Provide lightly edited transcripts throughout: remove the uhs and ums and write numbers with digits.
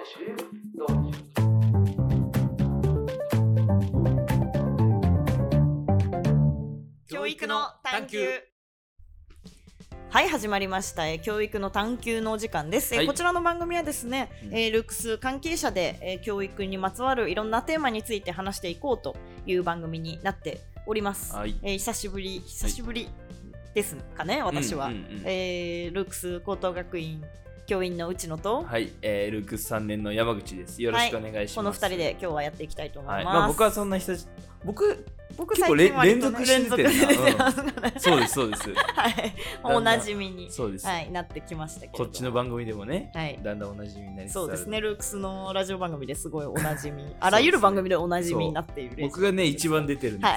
教育の探求。はい、始まりました。教育の探求のお時間です。こちらの番組はですね、ルークス関係者で、教育にまつわるいろんなテーマについて話していこうという番組になっております。久しぶりですかね、私は。ルークス高等学院教員の内野と、 はい、ルークス3年の山口です。よろしくお願いします。 この2人で今日はやっていきたいと思います。 僕はそんな人僕結構連続してるな。そうですそうです。 はい、おなじみにそうです、 なってきましたけど、 こっちの番組でもね、だんだんおなじみになりつつある。 そうですね、ルークスのラジオ番組ですごいおなじみあらゆる番組でおなじみになっている。 僕がね一番出てるんです。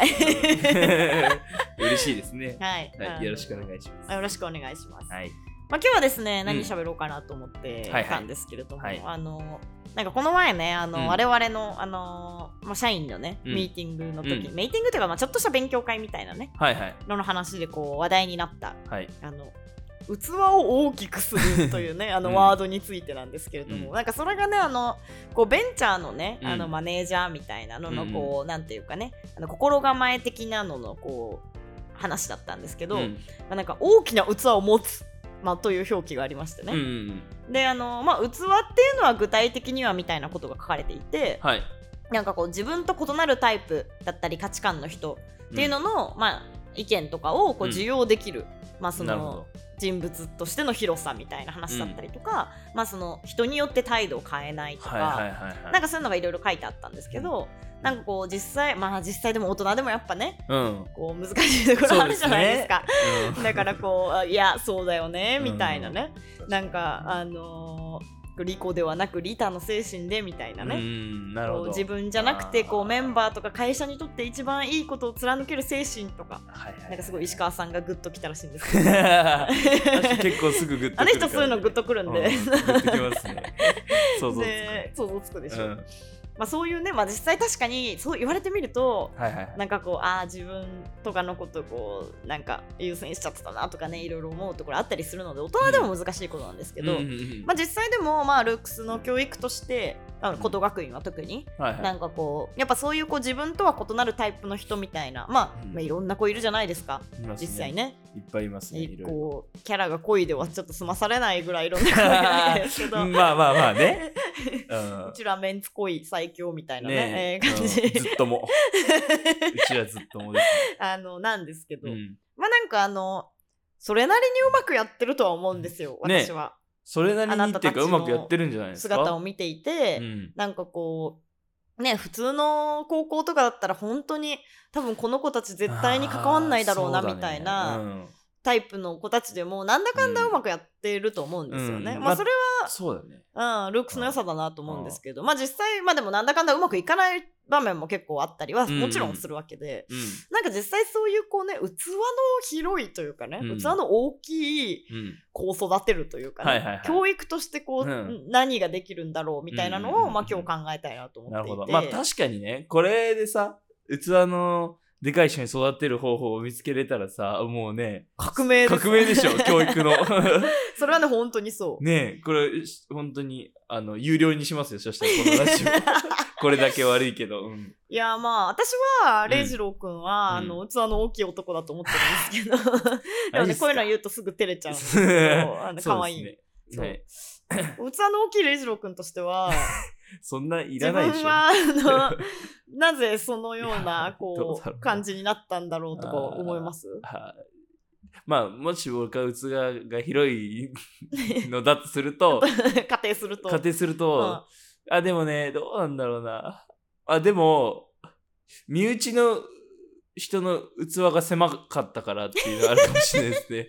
嬉しいですね。はい、よろしくお願いします。 よろしくお願いします。 はい。 今日はですね、何喋ろうかなと思ってたんですけれども、なんかこの前ね、我々の社員のね、ミーティングの時、ミーティングというか、ちょっとした勉強会みたいなね、の話でこう話題になった、器を大きくするというね、ワードについてなんですけれども、なんかそれがね、こうベンチャーのね、マネージャーみたいなののこう、なんていうかね、心構え的なののこう話だったんですけど、なんか大きな器を持つ。という表記がありましてね、で器っていうのは具体的にはみたいなことが書かれていて、なんかこう自分と異なるタイプだったり価値観の人っていうのの、意見とかをこう受容できる、その人物としての広さみたいな話だったりとか、その人によって態度を変えないとか、なんかそういうのがいろいろ書いてあったんですけど、なんかこう実際でも大人でもやっぱね、こう難しいところあるじゃないですか。だからこういやそうだよねみたいなね、なんか利己ではなく利他の精神でみたいなね、こう自分じゃなくてこうメンバーとか会社にとって一番いいことを貫ける精神とか、なんかすごい石川さんがグッときたらしいんですけど結構すぐグッとくる人そういうのグッとくるんで、 グッときますね。想像つくでしょ。そういうね、実際確かにそう言われてみると、なんかこう自分とかのことをこうなんか優先しちゃってたなとかね、いろいろ思うところあったりするので、大人でも難しいことなんですけど、実際でもルークスの教育として高等学院は特に、なんかこうやっぱそういうこう自分とは異なるタイプの人みたいな、いろんな子いるじゃないですか、実際ね。 いっぱいいますね。 こうキャラが濃いではちょっと済まされないぐらいいろんな子がいるんですけどまあねうちらメンツ濃い最強みたいなね感じ、 ずっともうちらずっともですねなんですけど、なんかそれなりにうまくやってるとは思うんですよ、私は。 それなりにっていうかうまくやってるんじゃないですか。 姿を見ていて、なんかこうね、普通の高校とかだったら本当に多分この子たち絶対に関わんないだろうなみたいなタイプの子たちでもなんだかんだうまくやってると思うんですよね。それはそうだね、 ルークスの良さだなと思うんですけど、実際でもなんだかんだうまくいかない場面も結構あったりはもちろんするわけで、なんか実際そういうこうね、器の広いというかね、器の大きい子を育てるというかね、教育としてこう、何ができるんだろうみたいなのを今日考えたいなと思っていて。 なるほど。確かにね、これでさ、器のでかい人に育てる方法を見つけれたらさ、もうね、 革命でしょ、教育の。 それはね、本当にそう。 ね、これ、本当に、有料にしますよ、そしたら、このラジオ。これだけ悪いけど。 いや、私は、礼二郎くんは、器の大きい男だと思ってるんですけど、でもね、こういうの言うとすぐ照れちゃうんですけど、かわいい。器の大きい礼二郎くんとしては、 そんないらないでしょ。 自分はなぜそのようなこう感じになったんだろうとか思います？ もし僕は器が広いのだとすると仮定すると、 でもね、どうなんだろうな。でも身内の人の器が狭かったからっていうのがあるかもしれないですね。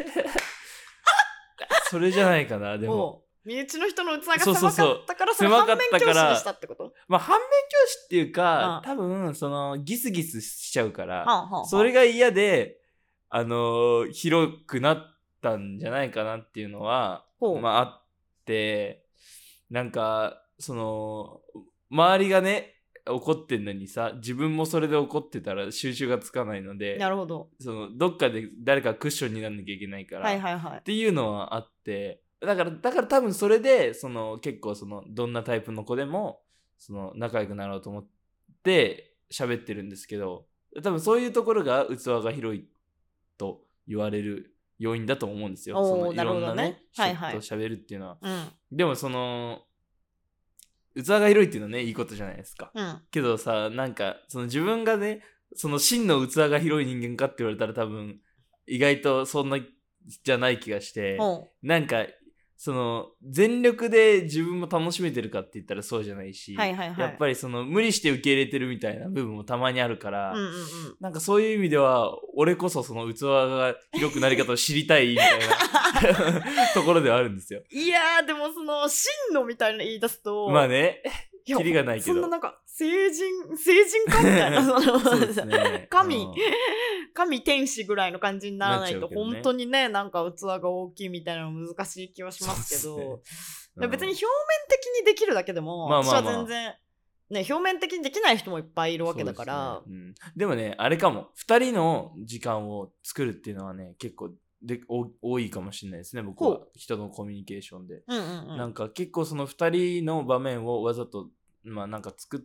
それじゃないかな。でも身内の人の器が狭かったからその反面教師にしたってこと？ 反面教師っていうか、多分そのギスギスしちゃうから、それが嫌で広くなったんじゃないかなっていうのはあって、なんかその周りがね怒ってんのにさ、自分もそれで怒ってたら収拾がつかないので、 なるほど、 そのどっかで誰かクッションにならなきゃいけないから、っていうのはあって、 だから多分それで結構どんなタイプの子でも仲良くなろうと思って喋ってるんですけど、多分そういうところが器が広いと言われる要因だと思うんですよ。いろんなね、人と喋るっていうのは、でも器が広いっていうのはねいいことじゃないですか、けどさ、なんか自分がね真の器が広い人間かって言われたら多分意外とそんなじゃない気がして、なんか全力で自分も楽しめてるかって言ったらそうじゃないし、やっぱり無理して受け入れてるみたいな部分もたまにあるから、なんかそういう意味では俺こそ器が広くなり方を知りたいみたいなところではあるんですよ。 いやーでも真のみたいな言い出すとまあねキリがないけど、 そんななんか聖人かみたいなそうですね、神天使ぐらいの感じにならないと、本当にねなんか器が大きいみたいなの難しい気はしますけど、別に表面的にできるだけでも、私は全然ね、表面的にできない人もいっぱいいるわけだから、 でもねあれかも、2人の時間を作るっていうのはね結構多いかもしれないですね、僕は。人のコミュニケーションで、なんか結構2人の場面をわざとなんか作って、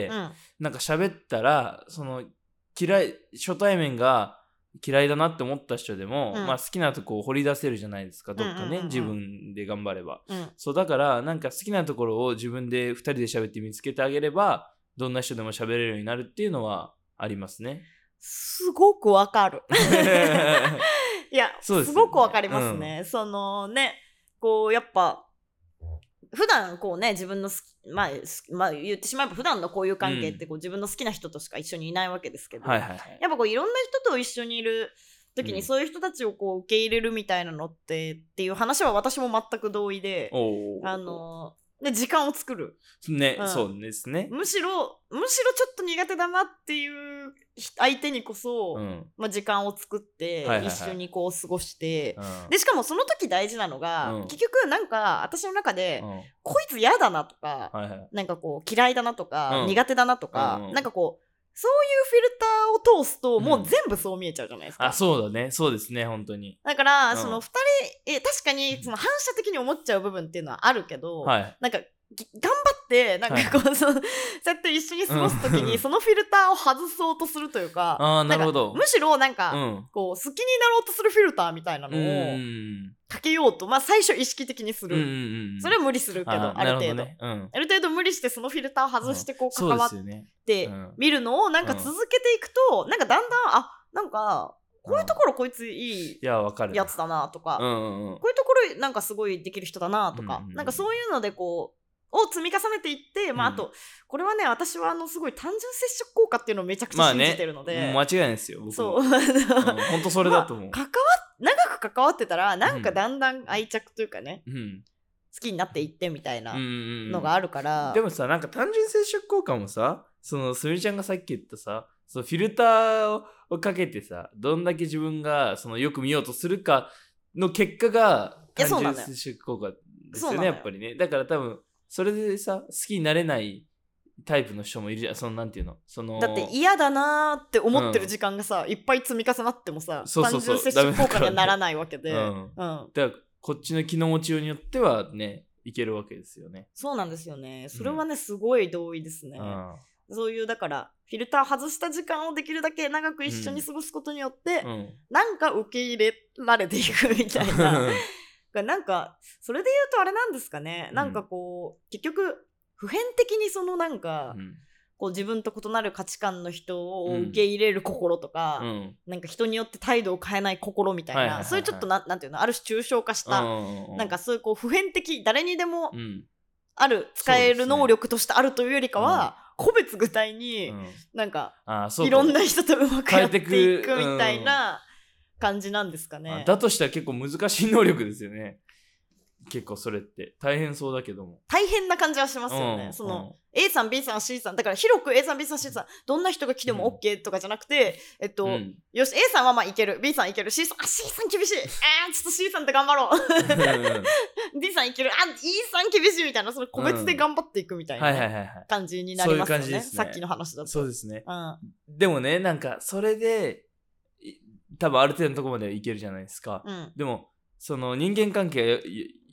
なんか喋ったら初対面が嫌いだなって思った人でも、好きなとこを掘り出せるじゃないですか、どっかね、自分で頑張れば、そうだからなんか好きなところを自分で2人で喋って見つけてあげればどんな人でも喋れるようになるっていうのはありますね。 すごくわかるいや、すごくわかりますね。こうやっぱ普段こうね自分の言ってしまえば普段の交友関係って自分の好きな人としか一緒にいないわけですけど、やっぱいろんな人と一緒にいる時にそういう人たちを受け入れるみたいなのっていう話は私も全く同意で、で時間を作るね、そうですね。 むしろちょっと苦手だなっていう相手にこそ、時間を作って一緒に過ごして、でしかもその時大事なのが、結局なんか私の中で、こいつ嫌だなとか、なんか嫌いだなとか、苦手だなとか、なんかそういうフィルターを通すと、もう全部そう見えちゃうじゃないですか。 そうだね、そうですね、本当に。 だから、2人、確かに反射的に思っちゃう部分っていうのはあるけど、なんか、頑張って、なんかそうやって一緒に過ごすときに、そのフィルターを外そうとするというか、 なるほど。 むしろなんか、好きになろうとするフィルターみたいなのをかけようと、最初意識的にする。それは無理するけど、ある程度。ある程度無理してそのフィルターを外して関わってみるのをなんか続けていくと、なんかだんだん、なんか、こういうところこいついいやつだなとか、こういうところなんかすごいできる人だなとか、なんかそういうのでを積み重ねていって、あとこれはね、私はすごい単純接触効果っていうのをめちゃくちゃ信じてるので、 間違いないですよ、僕も。そう本当それだと思う。 長く関わってたらなんかだんだん愛着というかね、好きになっていってみたいなのがあるから、 でもさ、なんか単純接触効果もさ、すみれちゃんがさっき言ったさ、フィルターをかけてさ、どんだけ自分がよく見ようとするかの結果が単純接触効果ですよね、やっぱりね。だから多分それでさ、好きになれないタイプの人もいるじゃん。なんていうの、 だって嫌だなーって思ってる時間がさ、いっぱい積み重なってもさ、単純接触効果にはならないわけで、だからこっちの気の持ちようによってはね、いけるわけですよね。 そうなんですよね。それはね、すごい同意ですね。そういうだからフィルター外した時間をできるだけ長く一緒に過ごすことによって、なんか受け入れられていくみたいななんかそれで言うとあれなんですかね、なんか結局普遍的になんか、自分と異なる価値観の人を受け入れる心とか、なんか人によって態度を変えない心みたいな、そういうちょっとなんていうの、ある種抽象化した、なんかそういう普遍的、誰にでもある、使える能力としてあるというよりかは、個別具体になんかいろんな人とうまくやっていくみたいな感じなんですかね。 だとしたら結構難しい能力ですよね。結構それって大変そうだけども、 大変な感じはしますよね。A さん B さん C さんだから広く A さん B さん C さんどんな人が来ても OK とかじゃなくて、よし A さんはまあいける、 B さんいける、 C さん厳しい、ちょっと C さんって頑張ろうD さんいける、E さん厳しいみたいな、その個別で頑張っていくみたいな感じになりますよね。さっきの話だと。 そうですね、でもね、なんかそれで多分ある程度のところまでいけるじゃないですか、でもその人間関係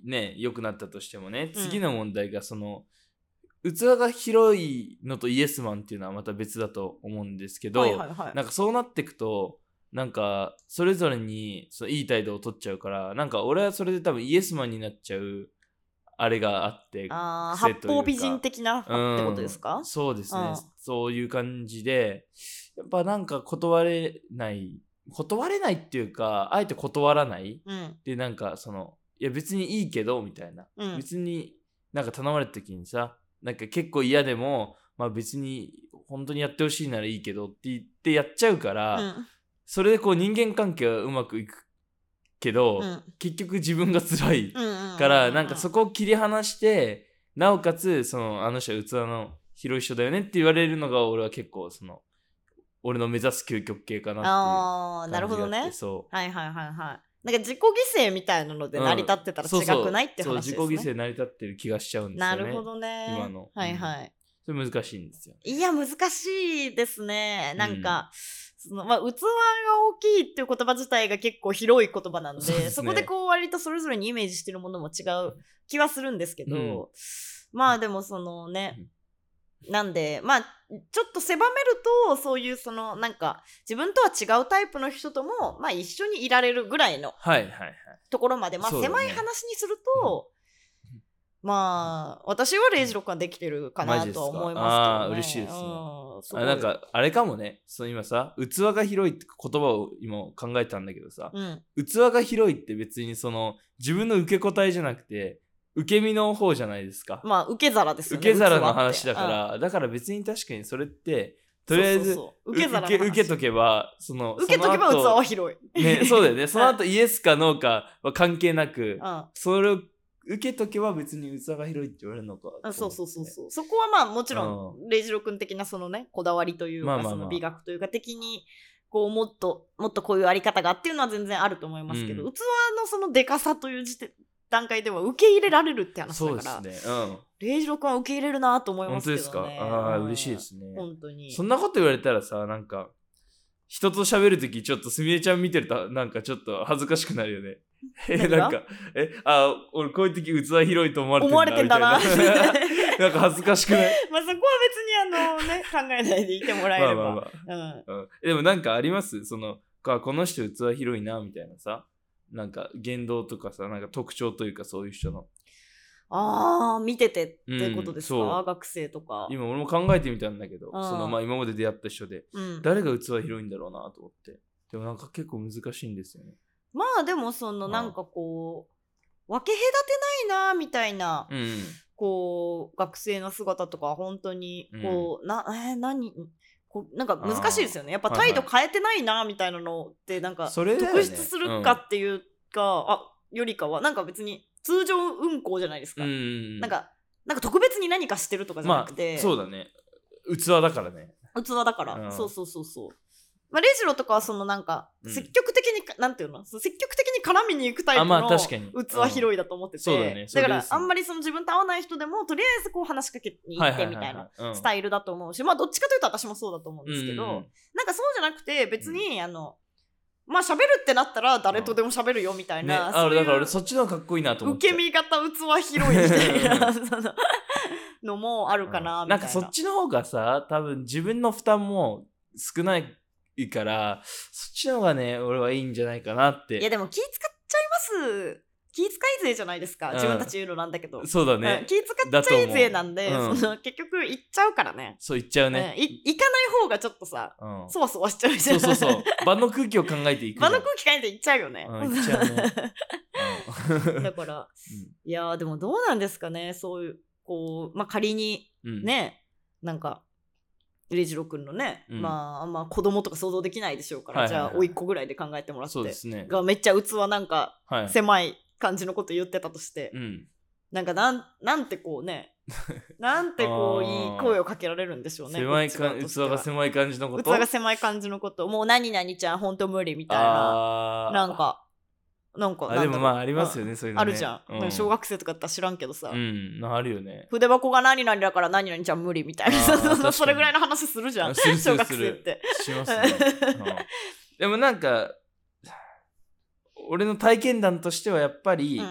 ね良くなったとしてもね、次の問題がその器が広いのとイエスマンっていうのはまた別だと思うんですけど、なんかそうなっていくとなんかそれぞれにそのいい態度を取っちゃうから、なんか俺はそれで多分イエスマンになっちゃうあれがあって、 八方美人的なってことですか？ そうですね、そういう感じで、やっぱなんか断れないっていうか、あえて断らない、でなんかそのいや別にいいけどみたいな、別になんか頼まれた時にさ、なんか結構嫌でもまあ別に本当にやってほしいならいいけどって言ってやっちゃうから、それでこう人間関係はうまくいくけど、結局自分が辛いから、なんかそこを切り離して、なおかつそのあの人は器の広い人だよねって言われるのが俺は結構その俺の目指す究極系かなっていう感じがあって。 なるほどね。 そう。 はい。なんか自己犠牲みたいなので成り立ってたら違くないって話ですね。そう自己犠牲成り立ってる気がしちゃうんですよね。 なるほどね。 今の。それ難しいんですよ。 いや難しいですね。なんか、その器が大きいっていう言葉自体が結構広い言葉なんで、そこでこう割とそれぞれにイメージしてるものも違う気はするんですけど、まあでもそのね、なんでまあちょっと狭めるとそういうそのなんか自分とは違うタイプの人ともまあ一緒にいられるぐらいのところまで、まあ狭い話にすると、まあ私はレイジロ君はできてるかなとは思いますけどね。 嬉しいですね。なんかあれかもね、その今さ器が広いって言葉を今考えたんだけどさ、器が広いって別にその自分の受け答えじゃなくて受け身の方じゃないですか。 まあ受け皿ですよね。 受け皿の話だから、だから別に確かにそれってとりあえず受けとけば器は広い。 ね、そうだよね。その後イエスかノーかは関係なく、それを受けとけば別に器が広いって言われるのか。 そう。そこはまあもちろんレイジロ君的なそのねこだわりというか、その美学というか的にこうもっとこういうあり方がっていうのは全然あると思いますけど、器のそのでかさという段階では受け入れられるって話だから、 そうですね。 レイジロ君は受け入れるなと思いますけどね。 本当ですか？嬉しいですね。 本当に。 そんなこと言われたらさ、なんか人と喋るときちょっとすみれちゃん見てるとなんかちょっと恥ずかしくなるよね。なんか俺こういう時器広いと思われてんだなみたいな。なんか恥ずかしくない？ まあそこは別にね考えないでいてもらえれば。 でもなんかあります？そのこの人器広いなみたいなさ、なんか言動とかさ、なんか特徴というかそういう人の。 見ててってことですか？学生とか。 今俺も考えてみたんだけど、その今まで出会った人で、誰が器広いんだろうなと思って。でもなんか結構難しいんですよね。 まあでもそのなんかこう分け隔てないなみたいな、こう学生の姿とか本当にこう、なんか難しいですよね。やっぱ態度変えてないなみたいなのってなんか特筆するかっていうか、よりかはなんか別に通常運行じゃないですか。なんか特別に何かしてるとかじゃなくて、 そうだね。器だからね。 器だから、そう。まあ、レジロとかはそのなんか積極的に、なんていうの、積極的に絡みに行くタイプの器広いだと思ってて、だからあんまりその自分と合わない人でもとりあえずこう話しかけに行ってみたいなスタイルだと思うし、まあどっちかというと私もそうだと思うんですけど、なんかそうじゃなくて別にまあ喋るってなったら誰とでも喋るよみたいな、 だから俺そっちの方がかっこいいなと思って、 受け身型器広いみたいなのもあるかなみたいな。 なんかそっちの方がさ、多分自分の負担も少ないから、そっちの方がね俺はいいんじゃないかなって。 いやでも気使っちゃいます。気遣い勢じゃないですか、自分たち言うのなんだけど。 そうだね、 気遣っちゃい勢なんで、その結局行っちゃうからね。 そう行っちゃうね、 行かない方がちょっとさ、そわそわしちゃうじゃん。 そう場の空気を考えていく。 場の空気考えて行っちゃうよね。 行っちゃうね。 だからいやでもどうなんですかね、そういうこう、まあ仮にね、なんかレジロ君のね、まあ子供とか想像できないでしょうから、じゃあ甥っ子ぐらいで考えてもらって、 そうですね、 がめっちゃ器なんか狭い感じのこと言ってたとして、なんかなんてこうねなんてこういい声をかけられるんでしょうね。 器が狭い感じのこと、 器が狭い感じのこと、もう何々ちゃんほんと無理みたいな、なんかでもまあありますよね、そういうのねあるじゃん、小学生とかだったら知らんけどさ、 あるよね。 筆箱が何々だから何々ちゃん無理みたいなそれぐらいの話するじゃん、小学生ってしますね。でもなんか俺の体験談としてはやっぱり、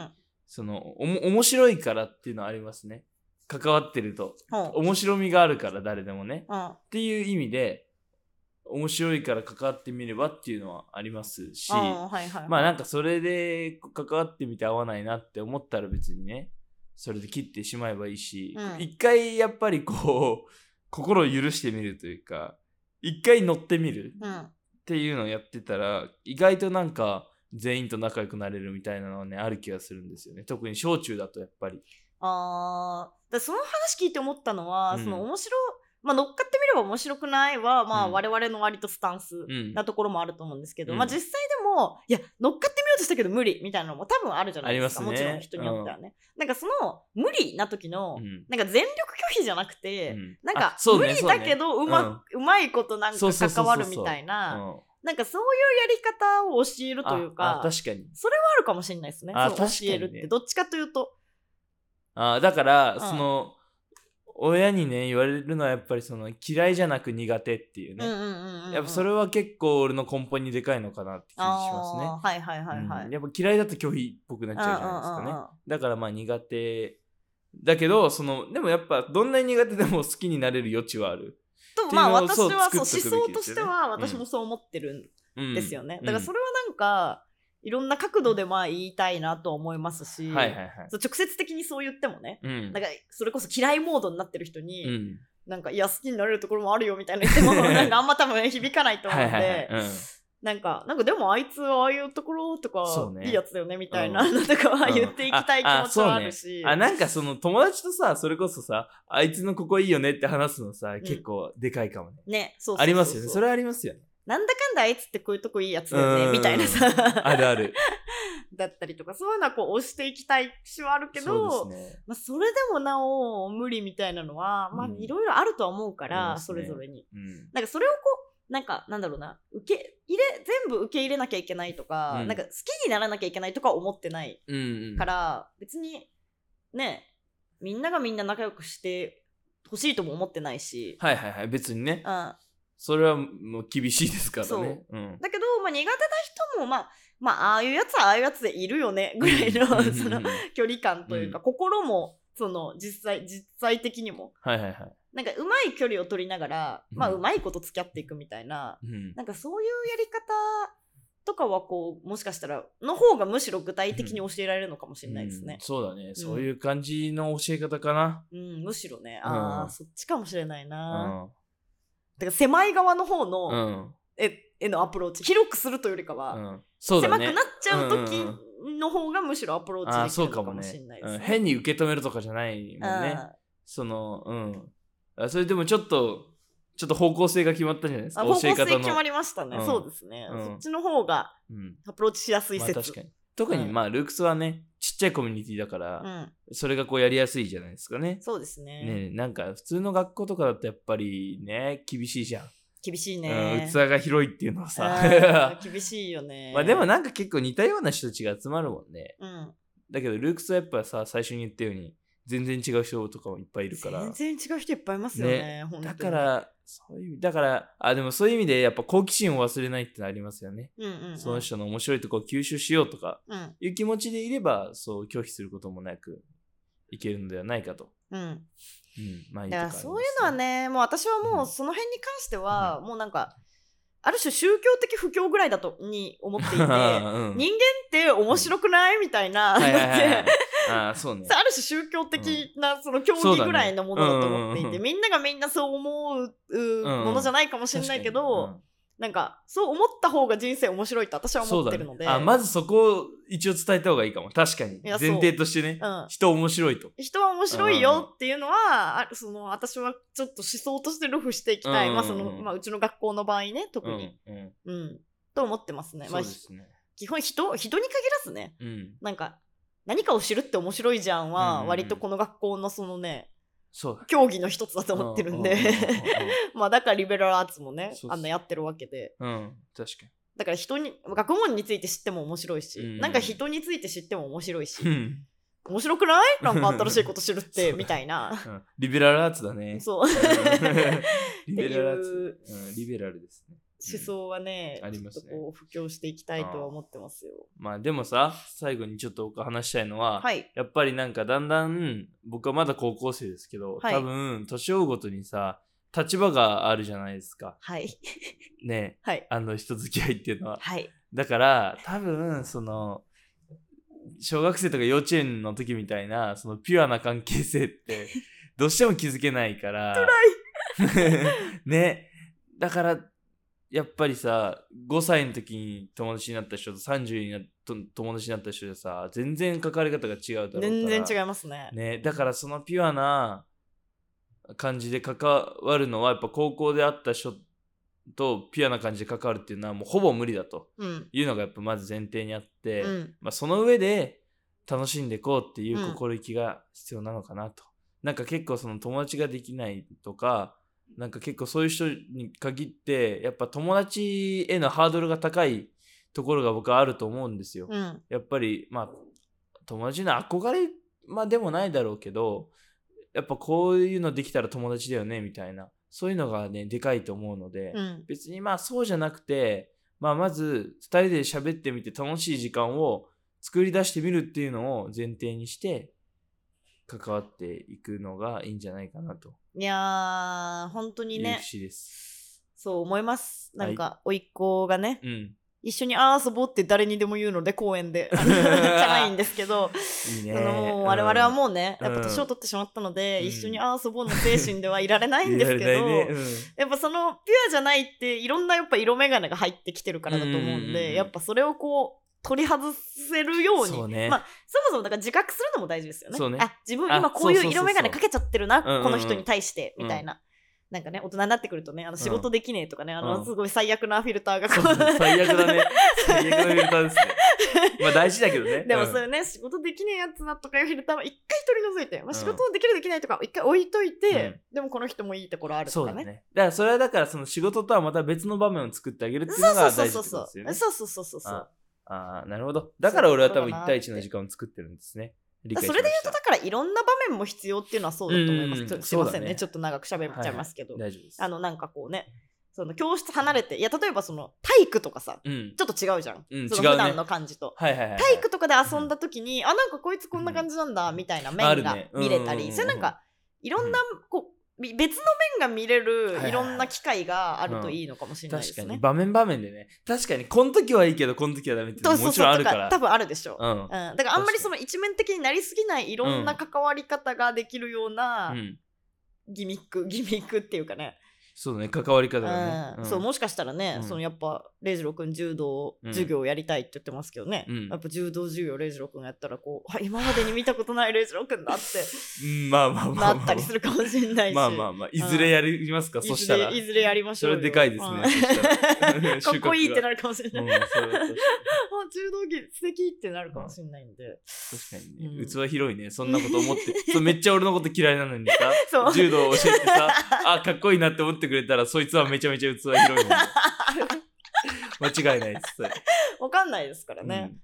その面白いからっていうのはありますね。関わってると面白みがあるから誰でもね、っていう意味で面白いから関わってみればっていうのはありますし、まあなんかそれで関わってみて合わないなって思ったら別にねそれで切ってしまえばいいし、一回やっぱりこう心を許してみるというか一回乗ってみるっていうのをやってたら意外となんか全員と仲良くなれるみたいなのはねある気がするんですよね。特に小中だとやっぱりその話聞いて思ったのは、その面白乗っかってみれば面白くないは、我々の割とスタンスなところもあると思うんですけど、実際でもいや乗っかってみようとしたけど無理みたいなのも多分あるじゃないですか。もちろん人によってはね、なんかその無理な時の、なんか全力拒否じゃなくて、なんか無理だけどうまいことなんか関わるみたいな、なんかそういうやり方を教えるというか、 確かにそれはあるかもしれないですね。そう教えるってどっちかというと、 だから、その親にね言われるのはやっぱりその嫌いじゃなく苦手っていうね、やっぱそれは結構俺の根本にでかいのかなって気がしますね。やっぱ嫌いだと拒否っぽくなっちゃうじゃないですかね。だからまあ苦手だけどでもやっぱどんなに苦手でも好きになれる余地はあると、私は思想としては私もそう思ってるんですよね。だからそれはなんかいろんな角度で言いたいなと思いますし、直接的にそう言ってもね、なんかそれこそ嫌いモードになってる人に、なんかいや好きになれるところもあるよみたいな言ってもなんかあんま多分響かないと思うんで、なんかでもあいつはああいうところとかいいやつだよねみたいなのとかは言っていきたい気持ちはあるし、 なんかその友達とさそれこそさあいつのここいいよねって話すのさ、結構でかいかもね。ありますよね。それはありますよね。 なんだかんだあいつってこういうとこいいやつだよねみたいなさあるあるだったりとか、そういうのはこう押していきたい節はあるけど、それでもなお無理みたいなのはいろいろあるとは思うから、それぞれに、なんかそれをこうなんかなんだろうな、全部受け入れなきゃいけないとか、なんか好きにならなきゃいけないとか思ってないから、別にねみんながみんな仲良くしてほしいとも思ってないし、 別にね、それはもう厳しいですからね。 だけど、苦手な人もああいうやつはああいうやつでいるよねぐらいのその距離感というか、心もその実際的にも、なんかうまい距離を取りながら、うまいこと付き合っていくみたいな、なんかそういうやり方とかはこうもしかしたらの方がむしろ具体的に教えられるのかもしれないですね。 そうだね、そういう感じの教え方かな。 むしろね、そっちかもしれないな。だから狭い側の方のへのアプローチ、広くするというよりかは、狭くなっちゃう時の方がむしろアプローチできるのかもしれないですね。 変に受け止めるとかじゃないもんね。それでもちょっと方向性が決まったじゃないですか。 方向性決まりましたね。そうですね。そっちの方がアプローチしやすい説。 確かに。特にルークスはねちっちゃいコミュニティだから、それがこうやりやすいじゃないですかね。 そうですね。 なんか普通の学校とかだとやっぱりね厳しいじゃん。 厳しいね。 器が広いっていうのはさ厳しいよね。 でもなんか結構似たような人たちが集まるもんね。だけどルークスはやっぱさ最初に言ったように全然違う人とかもいっぱいいるから。 全然違う人いっぱいいますよね。 だからでもそういう意味でやっぱ好奇心を忘れないってのありますよね。その人の面白いところを吸収しようとかいう気持ちでいれば、そう拒否することもなくいけるのではないかと。 だからそういうのはね、もう私はもうその辺に関しては、もうなんかある種宗教的不況ぐらいだとに思っていて、人間って面白くないみたいな、 そうね、 ある種宗教的なその競技ぐらいのものだと思っていて、みんながみんなそう思うものじゃないかもしれないけど、なんかそう思った方が人生面白いと私は思ってるので、 まずそこを一応伝えた方がいいかも。確かに前提としてね、人面白いと、 人は面白いよっていうのは、その私はちょっと思想としてルフしていきたい、うちの学校の場合ね特に、と思ってますね。 そうですね。 基本人に限らずね、なんか何かを知るって面白いじゃんは割とこの学校のそのね競技の一つだと思ってるんでだからリベラルアーツもねやってるわけで、 確かにだから学問について知っても面白いし、なんか人について知っても面白いし、面白くない？なんか新しいこと知るってみたいな、 リベラルアーツだね。 そうリベラルアーツ、リベラルですね。 思想はね、 ありますね。 ちょっとこう布教していきたいとは思ってますよ。 まあでもさ、最後にちょっと僕話したいのは、やっぱりなんかだんだん、僕はまだ高校生ですけど、多分、年を追うごとにさ、立場があるじゃないですか。ね、人付き合いっていうのは。だから、多分、小学生とか幼稚園の時みたいな、そのピュアな関係性って、どうしても気づけないから。ね。だから、やっぱりさ、5歳の時に友達になった人と30になった友達になった人でさ、全然関わり方が違うだろうから。 全然違いますね。 ね。だからそのピュアな感じで関わるのは、やっぱ高校で会った人とピュアな感じで関わるっていうのはもうほぼ無理だというのがやっぱまず前提にあって、まあ、その上で楽しんでいこうっていう心意気が必要なのかなと。なんか結構その友達ができないとか、なんか結構そういう人に限ってやっぱ友達へのハードルが高いところが僕はあると思うんですよ。やっぱりまあ友達の憧れでもないだろうけど、やっぱこういうのできたら友達だよねみたいな、そういうのがねでかいと思うので、別にまあそうじゃなくて、まず2人で喋ってみて楽しい時間を作り出してみるっていうのを前提にして関わっていくのがいいんじゃないかなと。 いやー本当にね、 です。 そう思います。なんか甥っ子がね、一緒に遊ぼうって誰にでも言うので公園でじゃないんですけど、 いいね、 我々はもうね、やっぱ年を取ってしまったので、一緒に遊ぼうの精神ではいられないんですけど、やっぱそのピュアじゃないっていろんなやっぱ色眼鏡が入ってきてるからだと思うんで、やっぱそれをこう取り外せるように、そもそもだから自覚するのも大事ですよね。自分今こういう色眼鏡かけちゃってるな、この人に対してみたいな。なんかね、大人になってくるとね、仕事できねえとかね、すごい最悪なフィルターが最悪だね。最悪なフィルターですね。まあ大事だけどね。 でもそういうね、仕事できねえやつなとかいうフィルターは一回取り除いて、仕事できるできないとか一回置いといて、でもこの人もいいところあるとかね。 そうだね。だからそれはだからその仕事とはまた別の場面を作ってあげるっていうのが大事ですよね。 そうああ、なるほど。だから俺は多分1対1の時間を作ってるんですね。 それで言うとだからいろんな場面も必要っていうのはそうだと思います。すいませんね、ちょっと長く喋っちゃいますけど、 大丈夫です。 なんかこうね、その教室離れて、いや例えばその体育とかさ、ちょっと違うじゃん、その普段の感じと、体育とかで遊んだ時に、なんかこいつこんな感じなんだみたいな面が見れたり、それなんかいろんなこう別の面が見れるいろんな機会があるといいのかもしれないですね。 確かに場面場面でね、確かにこの時はいいけどこの時はダメってもちろんあるから、 多分あるでしょう。だからあんまりその一面的になりすぎないいろんな関わり方ができるようなギミックっていうかね。 そうね、関わり方がね、そうもしかしたらね、そのやっぱレイジロ君柔道授業やりたいって言ってますけどね、やっぱ柔道授業レイジロ君がやったらこう、今までに見たことないレイジロ君だってなったりするかもしれないし、 いずれやりますか、そしたらいずれやりましょうよ。 それでかいですね。 かっこいいってなるかもしれない。柔道着素敵ってなるかもしれないんで。 確かにね、器広いね、そんなこと思ってめっちゃ俺のこと嫌いなのにさ、柔道を教えてさ、かっこいいなって思ってくれたらそいつはめちゃめちゃ器広いの間違いないです。 わかんないですからね。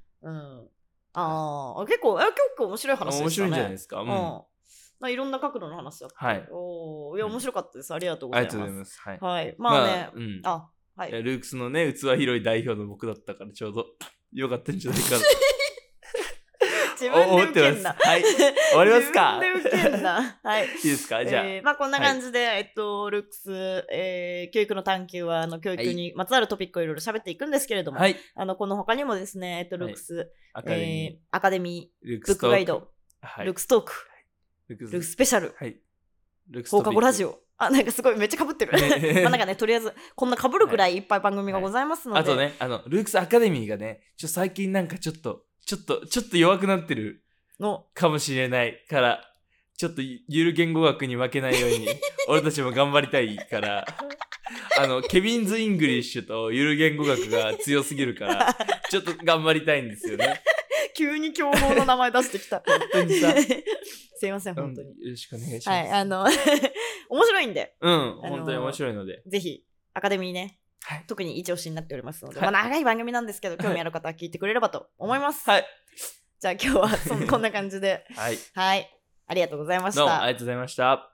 結構面白い話でしたね。 面白いんじゃないですか。 いろんな角度の話だった。いや面白かったです。ありがとうございます。 ありがとうございます。 はい。まあね、 ルークスのね、器広い代表の僕だったからちょうどよかったんじゃないかな。 自分で受けんな。 はい。終わりますか。 自分で受けんな。はい。いいですか、じゃあ。 こんな感じで、ルックス、教育の探求は、教育にまつわるトピックをいろいろ喋っていくんですけれども、この他にもですね、ルックス、アカデミー、ブックガイド、ルックストーク、ルックススペシャル、放課後ラジオ。なんかすごいめっちゃ被ってる。なんかね、とりあえず、こんな被るくらいいっぱい番組がございますので。 あとね、ルークスアカデミーがね、最近なんかちょっと弱くなってるかもしれないから、ちょっとゆる言語学に負けないように俺たちも頑張りたいから、ケビンズ・イングリッシュとゆる言語学が強すぎるからちょっと頑張りたいんですよね。 急に強豪の名前出してきた。 本当にさすいません、本当に。 よろしくお願いします。 面白いんで。 本当に面白いので。 ぜひ、アカデミーね。特に一押しになっておりますので、長い番組なんですけど、興味ある方は聞いてくれればと思います。じゃあ今日はこんな感じで。はい。ありがとうございました。 どうもありがとうございました。